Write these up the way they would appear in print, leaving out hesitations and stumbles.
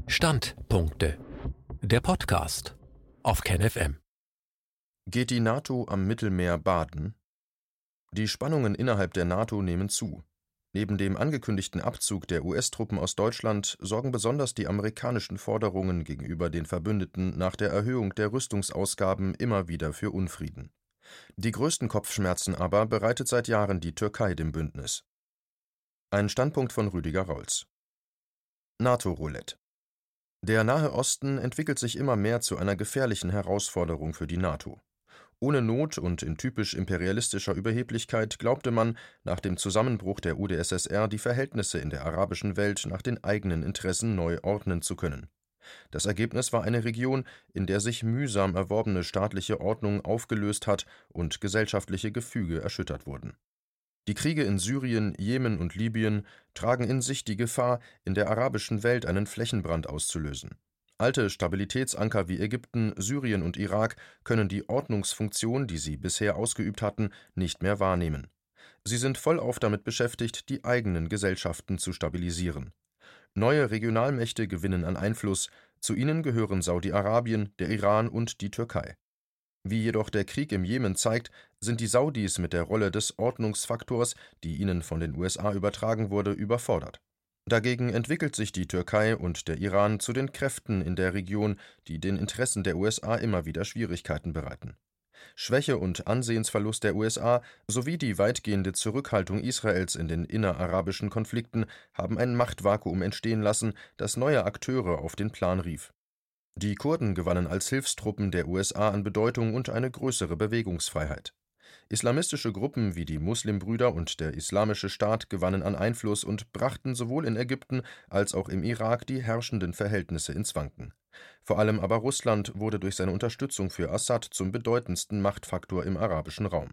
Standpunkte. Der Podcast auf KenFM. Geht die NATO am Mittelmeer baden? Die Spannungen innerhalb der NATO nehmen zu. Neben dem angekündigten Abzug der US-Truppen aus Deutschland sorgen besonders die amerikanischen Forderungen gegenüber den Verbündeten nach der Erhöhung der Rüstungsausgaben immer wieder für Unfrieden. Die größten Kopfschmerzen aber bereitet seit Jahren die Türkei dem Bündnis. Ein Standpunkt von Rüdiger Raulz. NATO-Roulette. Der Nahe Osten entwickelt sich immer mehr zu einer gefährlichen Herausforderung für die NATO. Ohne Not und in typisch imperialistischer Überheblichkeit glaubte man, nach dem Zusammenbruch der UdSSR die Verhältnisse in der arabischen Welt nach den eigenen Interessen neu ordnen zu können. Das Ergebnis war eine Region, in der sich mühsam erworbene staatliche Ordnung aufgelöst hat und gesellschaftliche Gefüge erschüttert wurden. Die Kriege in Syrien, Jemen und Libyen tragen in sich die Gefahr, in der arabischen Welt einen Flächenbrand auszulösen. Alte Stabilitätsanker wie Ägypten, Syrien und Irak können die Ordnungsfunktion, die sie bisher ausgeübt hatten, nicht mehr wahrnehmen. Sie sind vollauf damit beschäftigt, die eigenen Gesellschaften zu stabilisieren. Neue Regionalmächte gewinnen an Einfluss, zu ihnen gehören Saudi-Arabien, der Iran und die Türkei. Wie jedoch der Krieg im Jemen zeigt, sind die Saudis mit der Rolle des Ordnungsfaktors, die ihnen von den USA übertragen wurde, überfordert. Dagegen entwickelt sich die Türkei und der Iran zu den Kräften in der Region, die den Interessen der USA immer wieder Schwierigkeiten bereiten. Schwäche und Ansehensverlust der USA sowie die weitgehende Zurückhaltung Israels in den innerarabischen Konflikten haben ein Machtvakuum entstehen lassen, das neue Akteure auf den Plan rief. Die Kurden gewannen als Hilfstruppen der USA an Bedeutung und eine größere Bewegungsfreiheit. Islamistische Gruppen wie die Muslimbrüder und der Islamische Staat gewannen an Einfluss und brachten sowohl in Ägypten als auch im Irak die herrschenden Verhältnisse ins Wanken. Vor allem aber Russland wurde durch seine Unterstützung für Assad zum bedeutendsten Machtfaktor im arabischen Raum.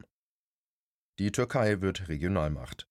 Die Türkei wird Regionalmacht.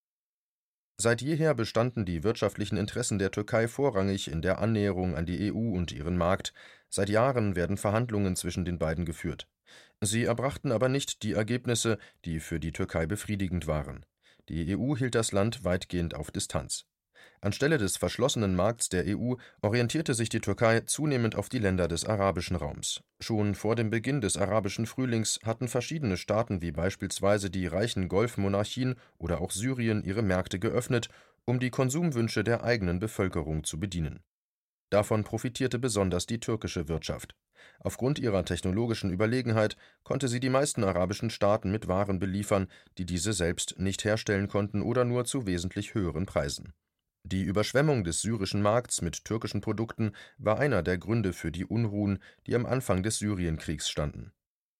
Seit jeher bestanden die wirtschaftlichen Interessen der Türkei vorrangig in der Annäherung an die EU und ihren Markt. Seit Jahren werden Verhandlungen zwischen den beiden geführt. Sie erbrachten aber nicht die Ergebnisse, die für die Türkei befriedigend waren. Die EU hielt das Land weitgehend auf Distanz. Anstelle des verschlossenen Markts der EU orientierte sich die Türkei zunehmend auf die Länder des arabischen Raums. Schon vor dem Beginn des arabischen Frühlings hatten verschiedene Staaten wie beispielsweise die reichen Golfmonarchien oder auch Syrien ihre Märkte geöffnet, um die Konsumwünsche der eigenen Bevölkerung zu bedienen. Davon profitierte besonders die türkische Wirtschaft. Aufgrund ihrer technologischen Überlegenheit konnte sie die meisten arabischen Staaten mit Waren beliefern, die diese selbst nicht herstellen konnten oder nur zu wesentlich höheren Preisen. Die Überschwemmung des syrischen Markts mit türkischen Produkten war einer der Gründe für die Unruhen, die am Anfang des Syrienkriegs standen.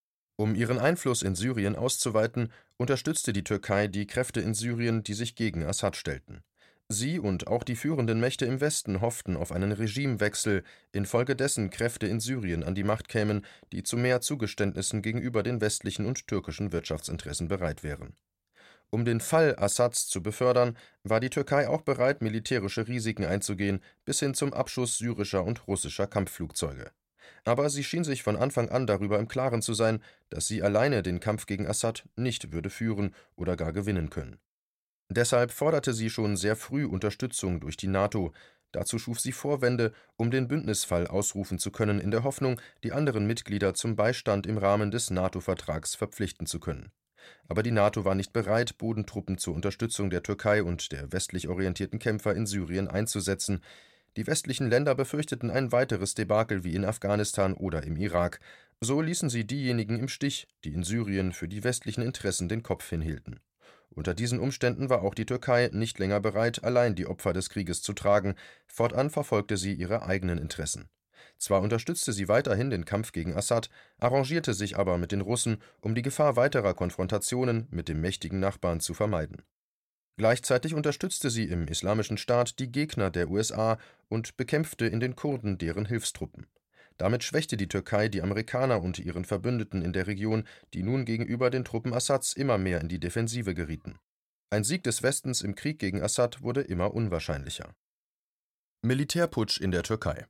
Um ihren Einfluss in Syrien auszuweiten, unterstützte die Türkei die Kräfte in Syrien, die sich gegen Assad stellten. Sie und auch die führenden Mächte im Westen hofften auf einen Regimewechsel, infolgedessen Kräfte in Syrien an die Macht kämen, die zu mehr Zugeständnissen gegenüber den westlichen und türkischen Wirtschaftsinteressen bereit wären. Um den Fall Assads zu befördern, war die Türkei auch bereit, militärische Risiken einzugehen, bis hin zum Abschuss syrischer und russischer Kampfflugzeuge. Aber sie schien sich von Anfang an darüber im Klaren zu sein, dass sie alleine den Kampf gegen Assad nicht würde führen oder gar gewinnen können. Deshalb forderte sie schon sehr früh Unterstützung durch die NATO. Dazu schuf sie Vorwände, um den Bündnisfall ausrufen zu können, in der Hoffnung, die anderen Mitglieder zum Beistand im Rahmen des NATO-Vertrags verpflichten zu können. Aber die NATO war nicht bereit, Bodentruppen zur Unterstützung der Türkei und der westlich orientierten Kämpfer in Syrien einzusetzen. Die westlichen Länder befürchteten ein weiteres Debakel wie in Afghanistan oder im Irak. So ließen sie diejenigen im Stich, die in Syrien für die westlichen Interessen den Kopf hinhielten. Unter diesen Umständen war auch die Türkei nicht länger bereit, allein die Opfer des Krieges zu tragen. Fortan verfolgte sie ihre eigenen Interessen. Zwar unterstützte sie weiterhin den Kampf gegen Assad, arrangierte sich aber mit den Russen, um die Gefahr weiterer Konfrontationen mit dem mächtigen Nachbarn zu vermeiden. Gleichzeitig unterstützte sie im Islamischen Staat die Gegner der USA und bekämpfte in den Kurden deren Hilfstruppen. Damit schwächte die Türkei die Amerikaner und ihren Verbündeten in der Region, die nun gegenüber den Truppen Assads immer mehr in die Defensive gerieten. Ein Sieg des Westens im Krieg gegen Assad wurde immer unwahrscheinlicher. Militärputsch in der Türkei.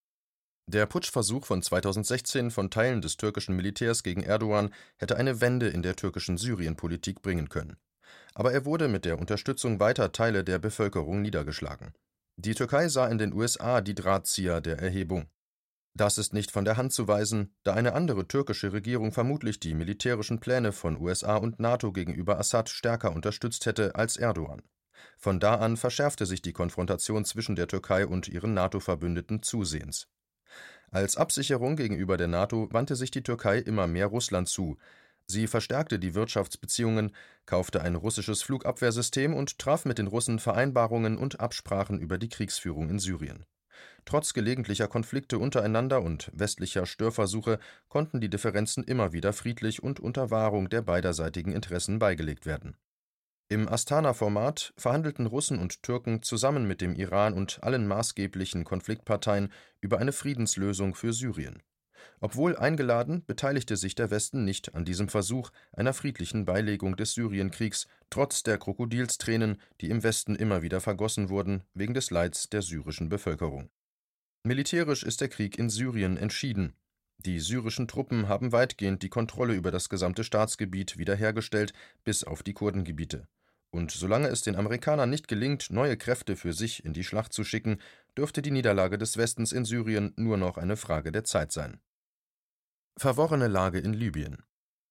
Der Putschversuch von 2016 von Teilen des türkischen Militärs gegen Erdogan hätte eine Wende in der türkischen Syrienpolitik bringen können. Aber er wurde mit der Unterstützung weiter Teile der Bevölkerung niedergeschlagen. Die Türkei sah in den USA die Drahtzieher der Erhebung. Das ist nicht von der Hand zu weisen, da eine andere türkische Regierung vermutlich die militärischen Pläne von USA und NATO gegenüber Assad stärker unterstützt hätte als Erdogan. Von da an verschärfte sich die Konfrontation zwischen der Türkei und ihren NATO-Verbündeten zusehends. Als Absicherung gegenüber der NATO wandte sich die Türkei immer mehr Russland zu. Sie verstärkte die Wirtschaftsbeziehungen, kaufte ein russisches Flugabwehrsystem und traf mit den Russen Vereinbarungen und Absprachen über die Kriegsführung in Syrien. Trotz gelegentlicher Konflikte untereinander und westlicher Störversuche konnten die Differenzen immer wieder friedlich und unter Wahrung der beiderseitigen Interessen beigelegt werden. Im Astana-Format verhandelten Russen und Türken zusammen mit dem Iran und allen maßgeblichen Konfliktparteien über eine Friedenslösung für Syrien. Obwohl eingeladen, beteiligte sich der Westen nicht an diesem Versuch einer friedlichen Beilegung des Syrienkriegs, trotz der Krokodilstränen, die im Westen immer wieder vergossen wurden, wegen des Leids der syrischen Bevölkerung. Militärisch ist der Krieg in Syrien entschieden. Die syrischen Truppen haben weitgehend die Kontrolle über das gesamte Staatsgebiet wiederhergestellt, bis auf die Kurdengebiete. Und solange es den Amerikanern nicht gelingt, neue Kräfte für sich in die Schlacht zu schicken, dürfte die Niederlage des Westens in Syrien nur noch eine Frage der Zeit sein. Verworrene Lage in Libyen.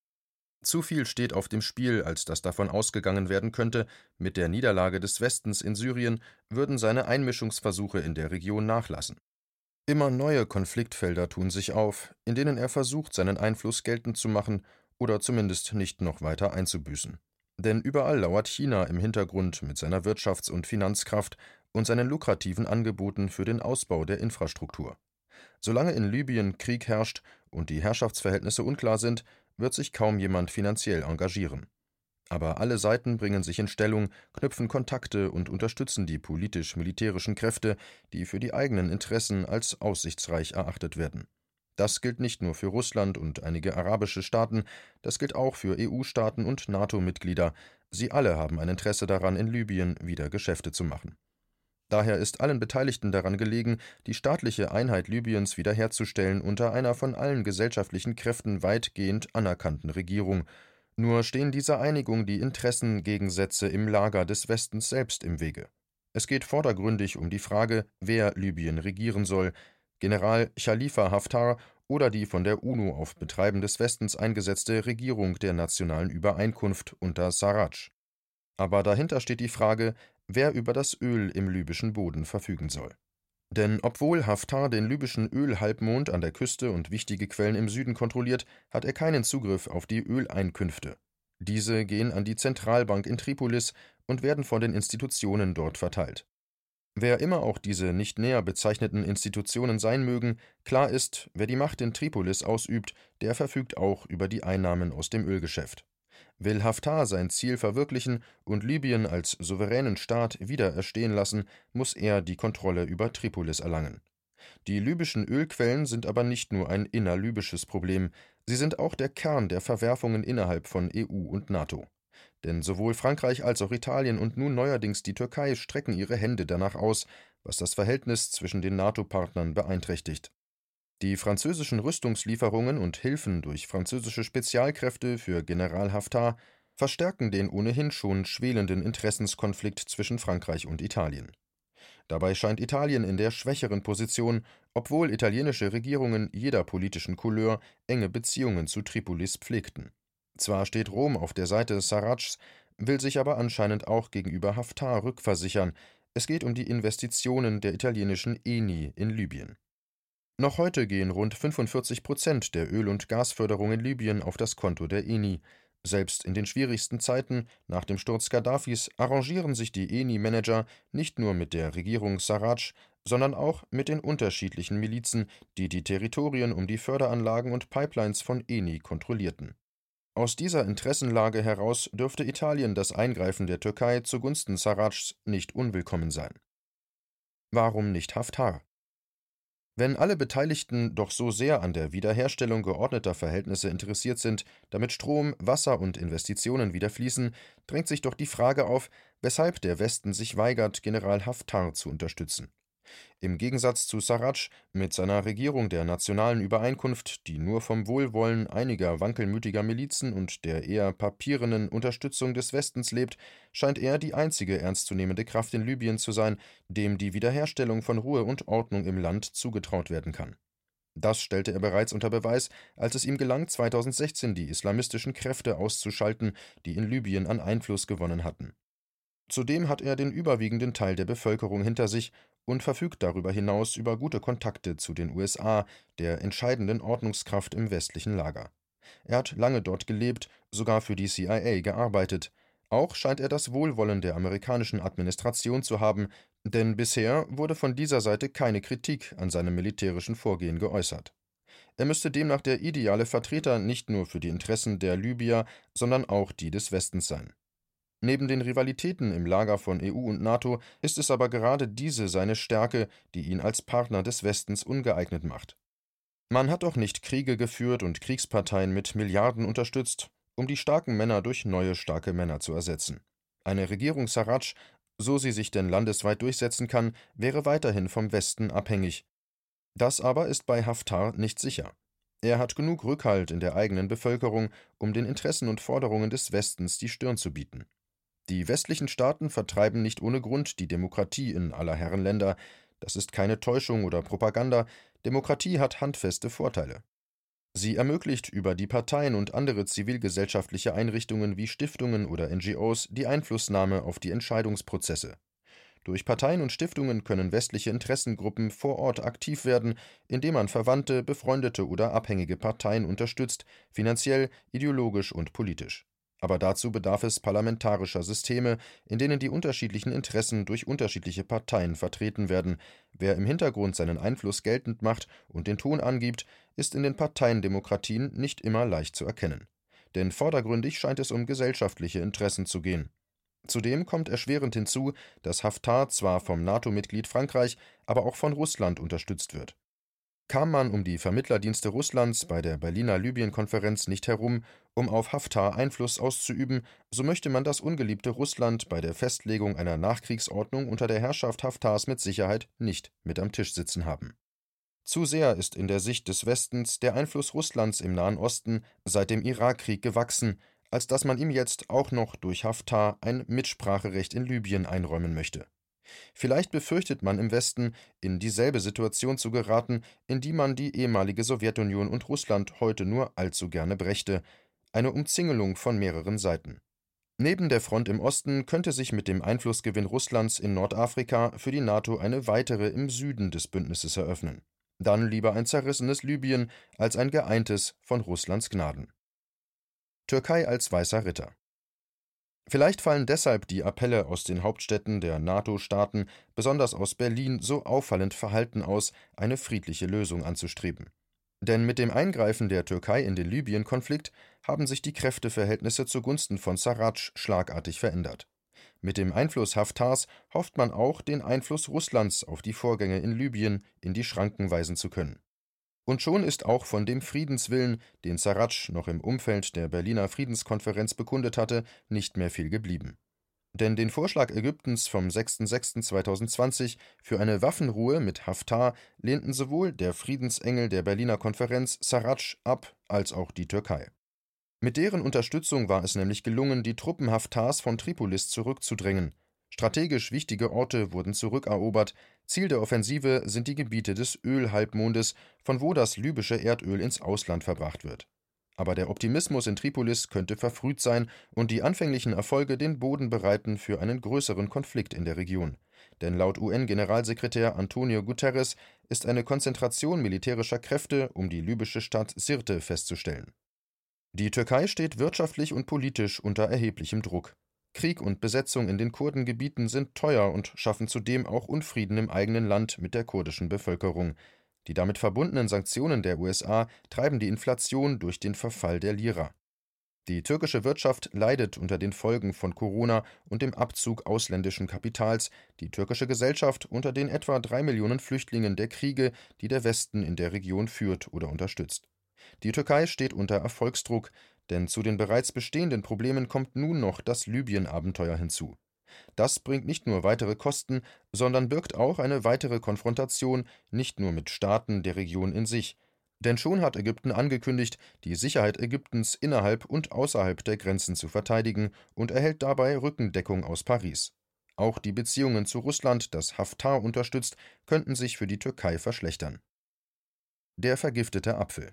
Zu viel steht auf dem Spiel, als dass davon ausgegangen werden könnte, mit der Niederlage des Westens in Syrien würden seine Einmischungsversuche in der Region nachlassen. Immer neue Konfliktfelder tun sich auf, in denen er versucht, seinen Einfluss geltend zu machen oder zumindest nicht noch weiter einzubüßen. Denn überall lauert China im Hintergrund mit seiner Wirtschafts- und Finanzkraft und seinen lukrativen Angeboten für den Ausbau der Infrastruktur. Solange in Libyen Krieg herrscht und die Herrschaftsverhältnisse unklar sind, wird sich kaum jemand finanziell engagieren. Aber alle Seiten bringen sich in Stellung, knüpfen Kontakte und unterstützen die politisch-militärischen Kräfte, die für die eigenen Interessen als aussichtsreich erachtet werden. Das gilt nicht nur für Russland und einige arabische Staaten, das gilt auch für EU-Staaten und NATO-Mitglieder. Sie alle haben ein Interesse daran, in Libyen wieder Geschäfte zu machen. Daher ist allen Beteiligten daran gelegen, die staatliche Einheit Libyens wiederherzustellen unter einer von allen gesellschaftlichen Kräften weitgehend anerkannten Regierung. Nur stehen dieser Einigung die Interessengegensätze im Lager des Westens selbst im Wege. Es geht vordergründig um die Frage, wer Libyen regieren soll: General Khalifa Haftar oder die von der UNO auf Betreiben des Westens eingesetzte Regierung der Nationalen Übereinkunft unter Sarraj. Aber dahinter steht die Frage, wer über das Öl im libyschen Boden verfügen soll. Denn obwohl Haftar den libyschen Ölhalbmond an der Küste und wichtige Quellen im Süden kontrolliert, hat er keinen Zugriff auf die Öleinkünfte. Diese gehen an die Zentralbank in Tripolis und werden von den Institutionen dort verteilt. Wer immer auch diese nicht näher bezeichneten Institutionen sein mögen, klar ist, wer die Macht in Tripolis ausübt, der verfügt auch über die Einnahmen aus dem Ölgeschäft. Will Haftar sein Ziel verwirklichen und Libyen als souveränen Staat wiedererstehen lassen, muss er die Kontrolle über Tripolis erlangen. Die libyschen Ölquellen sind aber nicht nur ein innerlibysches Problem, sie sind auch der Kern der Verwerfungen innerhalb von EU und NATO. Denn sowohl Frankreich als auch Italien und nun neuerdings die Türkei strecken ihre Hände danach aus, was das Verhältnis zwischen den NATO-Partnern beeinträchtigt. Die französischen Rüstungslieferungen und Hilfen durch französische Spezialkräfte für General Haftar verstärken den ohnehin schon schwelenden Interessenskonflikt zwischen Frankreich und Italien. Dabei scheint Italien in der schwächeren Position, obwohl italienische Regierungen jeder politischen Couleur enge Beziehungen zu Tripolis pflegten. Zwar steht Rom auf der Seite Sarrajs, will sich aber anscheinend auch gegenüber Haftar rückversichern. Es geht um die Investitionen der italienischen ENI in Libyen. Noch heute gehen rund 45% der Öl- und Gasförderung in Libyen auf das Konto der ENI. Selbst in den schwierigsten Zeiten nach dem Sturz Gaddafis arrangieren sich die ENI-Manager nicht nur mit der Regierung Sarraj, sondern auch mit den unterschiedlichen Milizen, die die Territorien um die Förderanlagen und Pipelines von ENI kontrollierten. Aus dieser Interessenlage heraus dürfte Italien das Eingreifen der Türkei zugunsten Sarrajs nicht unwillkommen sein. Warum nicht Haftar? Wenn alle Beteiligten doch so sehr an der Wiederherstellung geordneter Verhältnisse interessiert sind, damit Strom, Wasser und Investitionen wieder fließen, drängt sich doch die Frage auf, weshalb der Westen sich weigert, General Haftar zu unterstützen. Im Gegensatz zu Sarraj mit seiner Regierung der Nationalen Übereinkunft, die nur vom Wohlwollen einiger wankelmütiger Milizen und der eher papierenen Unterstützung des Westens lebt, scheint er die einzige ernstzunehmende Kraft in Libyen zu sein, dem die Wiederherstellung von Ruhe und Ordnung im Land zugetraut werden kann. Das stellte er bereits unter Beweis, als es ihm gelang, 2016 die islamistischen Kräfte auszuschalten, die in Libyen an Einfluss gewonnen hatten. Zudem hat er den überwiegenden Teil der Bevölkerung hinter sich und verfügt darüber hinaus über gute Kontakte zu den USA, der entscheidenden Ordnungskraft im westlichen Lager. Er hat lange dort gelebt, sogar für die CIA gearbeitet. Auch scheint er das Wohlwollen der amerikanischen Administration zu haben, denn bisher wurde von dieser Seite keine Kritik an seinem militärischen Vorgehen geäußert. Er müsste demnach der ideale Vertreter nicht nur für die Interessen der Libyer, sondern auch die des Westens sein. Neben den Rivalitäten im Lager von EU und NATO ist es aber gerade diese seine Stärke, die ihn als Partner des Westens ungeeignet macht. Man hat doch nicht Kriege geführt und Kriegsparteien mit Milliarden unterstützt, um die starken Männer durch neue starke Männer zu ersetzen. Eine Regierung Sarraj, so sie sich denn landesweit durchsetzen kann, wäre weiterhin vom Westen abhängig. Das aber ist bei Haftar nicht sicher. Er hat genug Rückhalt in der eigenen Bevölkerung, um den Interessen und Forderungen des Westens die Stirn zu bieten. Die westlichen Staaten vertreiben nicht ohne Grund die Demokratie in aller Herren Länder. Das ist keine Täuschung oder Propaganda. Demokratie hat handfeste Vorteile. Sie ermöglicht über die Parteien und andere zivilgesellschaftliche Einrichtungen wie Stiftungen oder NGOs die Einflussnahme auf die Entscheidungsprozesse. Durch Parteien und Stiftungen können westliche Interessengruppen vor Ort aktiv werden, indem man verwandte, befreundete oder abhängige Parteien unterstützt, finanziell, ideologisch und politisch. Aber dazu bedarf es parlamentarischer Systeme, in denen die unterschiedlichen Interessen durch unterschiedliche Parteien vertreten werden. Wer im Hintergrund seinen Einfluss geltend macht und den Ton angibt, ist in den Parteiendemokratien nicht immer leicht zu erkennen. Denn vordergründig scheint es um gesellschaftliche Interessen zu gehen. Zudem kommt erschwerend hinzu, dass Haftar zwar vom NATO-Mitglied Frankreich, aber auch von Russland unterstützt wird. Kam man um die Vermittlerdienste Russlands bei der Berliner Libyen-Konferenz nicht herum, um auf Haftar Einfluss auszuüben, so möchte man das ungeliebte Russland bei der Festlegung einer Nachkriegsordnung unter der Herrschaft Haftars mit Sicherheit nicht mit am Tisch sitzen haben. Zu sehr ist in der Sicht des Westens der Einfluss Russlands im Nahen Osten seit dem Irakkrieg gewachsen, als dass man ihm jetzt auch noch durch Haftar ein Mitspracherecht in Libyen einräumen möchte. Vielleicht befürchtet man im Westen, in dieselbe Situation zu geraten, in die man die ehemalige Sowjetunion und Russland heute nur allzu gerne brächte: eine Umzingelung von mehreren Seiten. Neben der Front im Osten könnte sich mit dem Einflussgewinn Russlands in Nordafrika für die NATO eine weitere im Süden des Bündnisses eröffnen. Dann lieber ein zerrissenes Libyen als ein geeintes von Russlands Gnaden. Türkei als weißer Ritter. Vielleicht fallen deshalb die Appelle aus den Hauptstädten der NATO-Staaten, besonders aus Berlin, so auffallend verhalten aus, eine friedliche Lösung anzustreben. Denn mit dem Eingreifen der Türkei in den Libyen-Konflikt haben sich die Kräfteverhältnisse zugunsten von Sarraj schlagartig verändert. Mit dem Einfluss Haftars hofft man auch, den Einfluss Russlands auf die Vorgänge in Libyen in die Schranken weisen zu können. Und schon ist auch von dem Friedenswillen, den Sarraj noch im Umfeld der Berliner Friedenskonferenz bekundet hatte, nicht mehr viel geblieben. Denn den Vorschlag Ägyptens vom 6.6.2020 für eine Waffenruhe mit Haftar lehnten sowohl der Friedensengel der Berliner Konferenz Sarraj ab, als auch die Türkei. Mit deren Unterstützung war es nämlich gelungen, die Truppen Haftars von Tripolis zurückzudrängen. Strategisch wichtige Orte wurden zurückerobert. Ziel der Offensive sind die Gebiete des Ölhalbmondes, von wo das libysche Erdöl ins Ausland verbracht wird. Aber der Optimismus in Tripolis könnte verfrüht sein und die anfänglichen Erfolge den Boden bereiten für einen größeren Konflikt in der Region. Denn laut UN-Generalsekretär Antonio Guterres ist eine Konzentration militärischer Kräfte um die libysche Stadt Sirte festzustellen. Die Türkei steht wirtschaftlich und politisch unter erheblichem Druck. Krieg und Besetzung in den Kurdengebieten sind teuer und schaffen zudem auch Unfrieden im eigenen Land mit der kurdischen Bevölkerung. Die damit verbundenen Sanktionen der USA treiben die Inflation durch den Verfall der Lira. Die türkische Wirtschaft leidet unter den Folgen von Corona und dem Abzug ausländischen Kapitals, die türkische Gesellschaft unter den etwa 3 Millionen Flüchtlingen der Kriege, die der Westen in der Region führt oder unterstützt. Die Türkei steht unter Erfolgsdruck, denn zu den bereits bestehenden Problemen kommt nun noch das Libyen-Abenteuer hinzu. Das bringt nicht nur weitere Kosten, sondern birgt auch eine weitere Konfrontation nicht nur mit Staaten der Region in sich. Denn schon hat Ägypten angekündigt, die Sicherheit Ägyptens innerhalb und außerhalb der Grenzen zu verteidigen und erhält dabei Rückendeckung aus Paris. Auch die Beziehungen zu Russland, das Haftar unterstützt, könnten sich für die Türkei verschlechtern. Der vergiftete Apfel.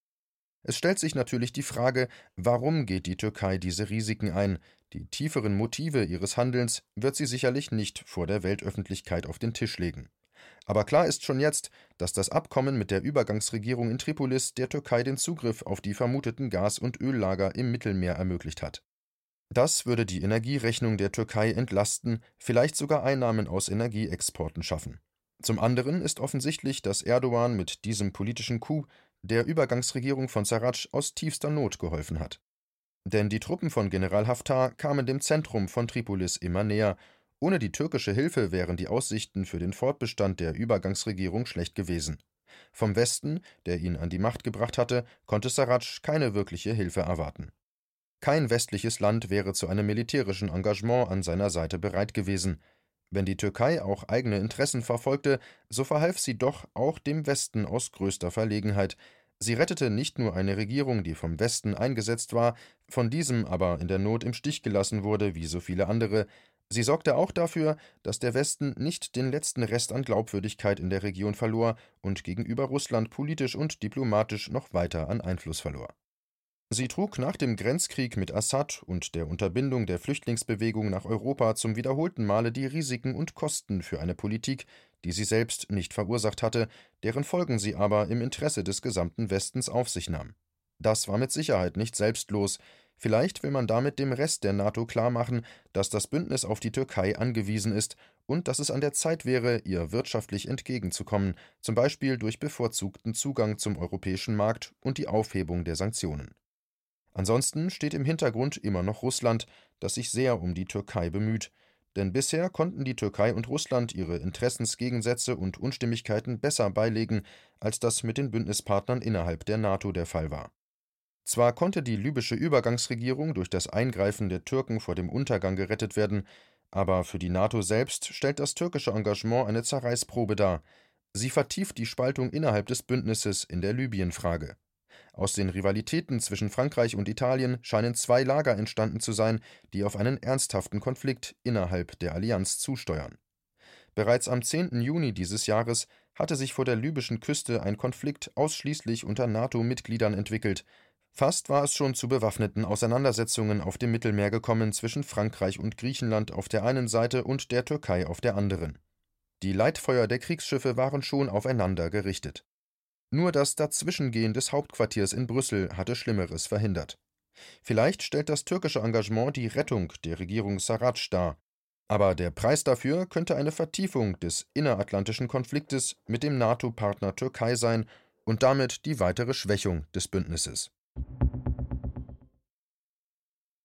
Es stellt sich natürlich die Frage, warum geht die Türkei diese Risiken ein? Die tieferen Motive ihres Handelns wird sie sicherlich nicht vor der Weltöffentlichkeit auf den Tisch legen. Aber klar ist schon jetzt, dass das Abkommen mit der Übergangsregierung in Tripolis der Türkei den Zugriff auf die vermuteten Gas- und Öllager im Mittelmeer ermöglicht hat. Das würde die Energierechnung der Türkei entlasten, vielleicht sogar Einnahmen aus Energieexporten schaffen. Zum anderen ist offensichtlich, dass Erdogan mit diesem politischen Coup der Übergangsregierung von Sarraj aus tiefster Not geholfen hat. Denn die Truppen von General Haftar kamen dem Zentrum von Tripolis immer näher. Ohne die türkische Hilfe wären die Aussichten für den Fortbestand der Übergangsregierung schlecht gewesen. Vom Westen, der ihn an die Macht gebracht hatte, konnte Sarraj keine wirkliche Hilfe erwarten. Kein westliches Land wäre zu einem militärischen Engagement an seiner Seite bereit gewesen. Wenn die Türkei auch eigene Interessen verfolgte, so verhalf sie doch auch dem Westen aus größter Verlegenheit. Sie rettete nicht nur eine Regierung, die vom Westen eingesetzt war, von diesem aber in der Not im Stich gelassen wurde, wie so viele andere. Sie sorgte auch dafür, dass der Westen nicht den letzten Rest an Glaubwürdigkeit in der Region verlor und gegenüber Russland politisch und diplomatisch noch weiter an Einfluss verlor. Sie trug nach dem Grenzkrieg mit Assad und der Unterbindung der Flüchtlingsbewegung nach Europa zum wiederholten Male die Risiken und Kosten für eine Politik, die sie selbst nicht verursacht hatte, deren Folgen sie aber im Interesse des gesamten Westens auf sich nahm. Das war mit Sicherheit nicht selbstlos. Vielleicht will man damit dem Rest der NATO klarmachen, dass das Bündnis auf die Türkei angewiesen ist und dass es an der Zeit wäre, ihr wirtschaftlich entgegenzukommen, zum Beispiel durch bevorzugten Zugang zum europäischen Markt und die Aufhebung der Sanktionen. Ansonsten steht im Hintergrund immer noch Russland, das sich sehr um die Türkei bemüht. Denn bisher konnten die Türkei und Russland ihre Interessensgegensätze und Unstimmigkeiten besser beilegen, als das mit den Bündnispartnern innerhalb der NATO der Fall war. Zwar konnte die libysche Übergangsregierung durch das Eingreifen der Türken vor dem Untergang gerettet werden, aber für die NATO selbst stellt das türkische Engagement eine Zerreißprobe dar. Sie vertieft die Spaltung innerhalb des Bündnisses in der Libyen-Frage. Aus den Rivalitäten zwischen Frankreich und Italien scheinen zwei Lager entstanden zu sein, die auf einen ernsthaften Konflikt innerhalb der Allianz zusteuern. Bereits am 10. Juni dieses Jahres hatte sich vor der libyschen Küste ein Konflikt ausschließlich unter NATO-Mitgliedern entwickelt. Fast war es schon zu bewaffneten Auseinandersetzungen auf dem Mittelmeer gekommen zwischen Frankreich und Griechenland auf der einen Seite und der Türkei auf der anderen. Die Leitfeuer der Kriegsschiffe waren schon aufeinander gerichtet. Nur das Dazwischengehen des Hauptquartiers in Brüssel hatte Schlimmeres verhindert. Vielleicht stellt das türkische Engagement die Rettung der Regierung Sarraj dar. Aber der Preis dafür könnte eine Vertiefung des inneratlantischen Konfliktes mit dem NATO-Partner Türkei sein und damit die weitere Schwächung des Bündnisses.